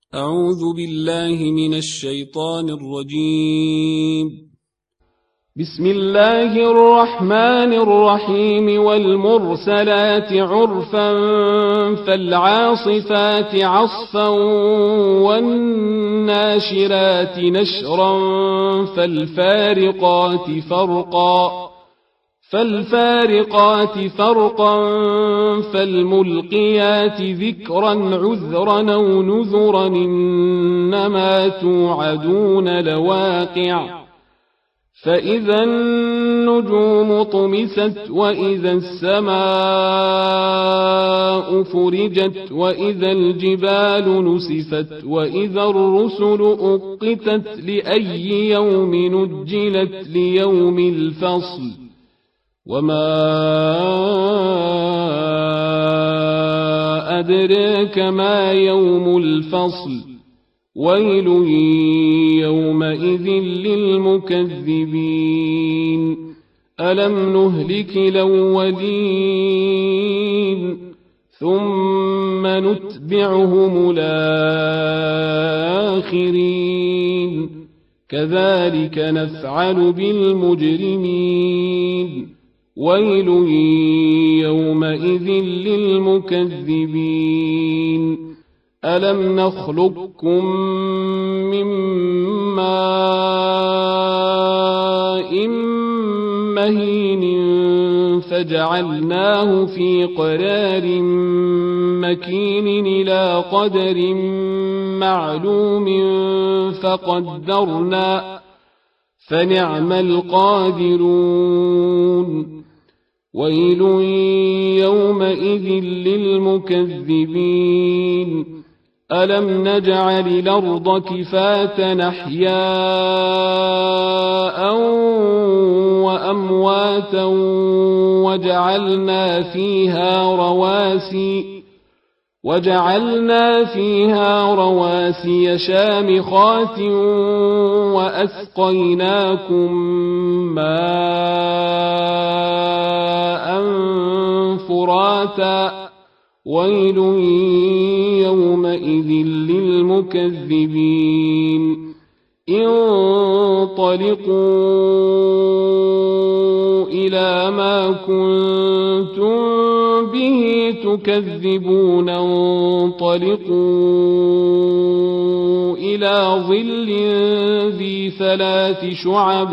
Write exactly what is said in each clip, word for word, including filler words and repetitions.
أعوذ بالله من الشيطان الرجيم. بسم الله الرحمن الرحيم والمرسلات عرفا فالعاصفات عصفا والناشرات نشرا فالفارقات فرقا فالفارقات فرقا فالملقيات ذكرا عذرا أو نذرا إنما توعدون لواقع فإذا النجوم طمست وإذا السماء فرجت وإذا الجبال نسفت وإذا الرسل أقتت لأي يوم نجلت ليوم الفصل وما أدراك ما يوم الفصل ويل يومئذ للمكذبين ألم نهلك الأولين ثم نتبعهم الآخرين كذلك نفعل بالمجرمين ويل يومئذ للمكذبين ألم نخلقكم من ماء مهين فجعلناه في قرار مكين إلى قدر معلوم فقدرنا فنعم القادرون ويل يومئذ للمكذبين ألم نجعل الأرض كفاة أحياء وأمواتا وجعلنا فيها رواسي وجعلنا فيها رواسي شامخات وأسقيناكم ماء فراتا ويل يومئذ للمكذبين انطلقوا إلى ما كنتم به تكذبون انطلقوا إلى ظل ذي ثلاث شعب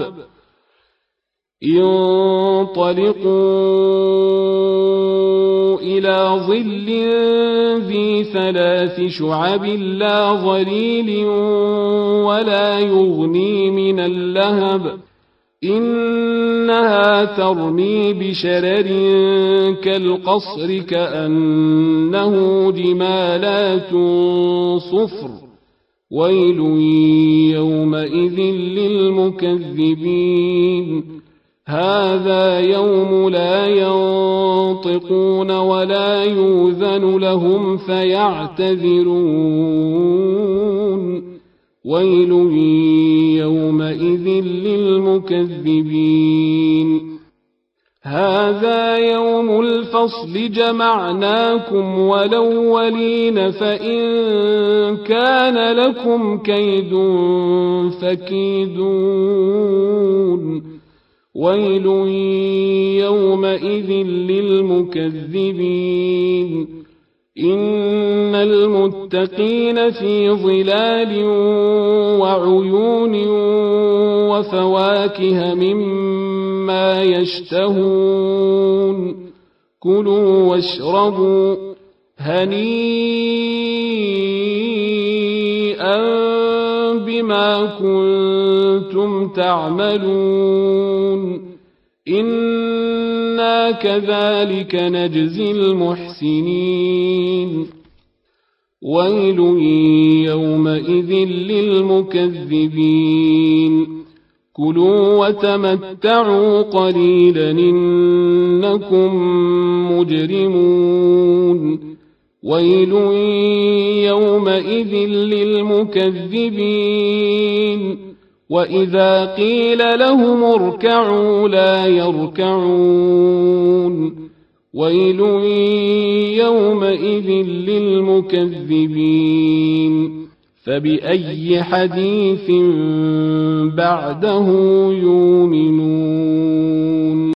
انطلقوا إلى ظل ذي ثلاث شعب لا ظليل ولا يغني من اللهب إنها ترمي بشرر كالقصر كأنه جمالات صفر ويل يومئذ للمكذبين هذا يوم لا ينطقون ولا يؤذن لهم فيعتذرون ويل يومئذ للمكذبين هذا يوم الفصل جمعناكم والأولين فإن كان لكم كيد فكيدون ويل يومئذ للمكذبين إن المتقين في ظلال وعيون وفواكه مما يشتهون كلوا واشربوا هنيئا بما كنتم تعملون إنا كذلك نجزي المحسنين ويل يومئذ للمكذبين كلوا وتمتعوا قليلا إنكم مجرمون ويل يومئذ للمكذبين وإذا قيل لهم اركعوا لا يركعون ويل يومئذ للمكذبين فبأي حديث بعده يؤمنون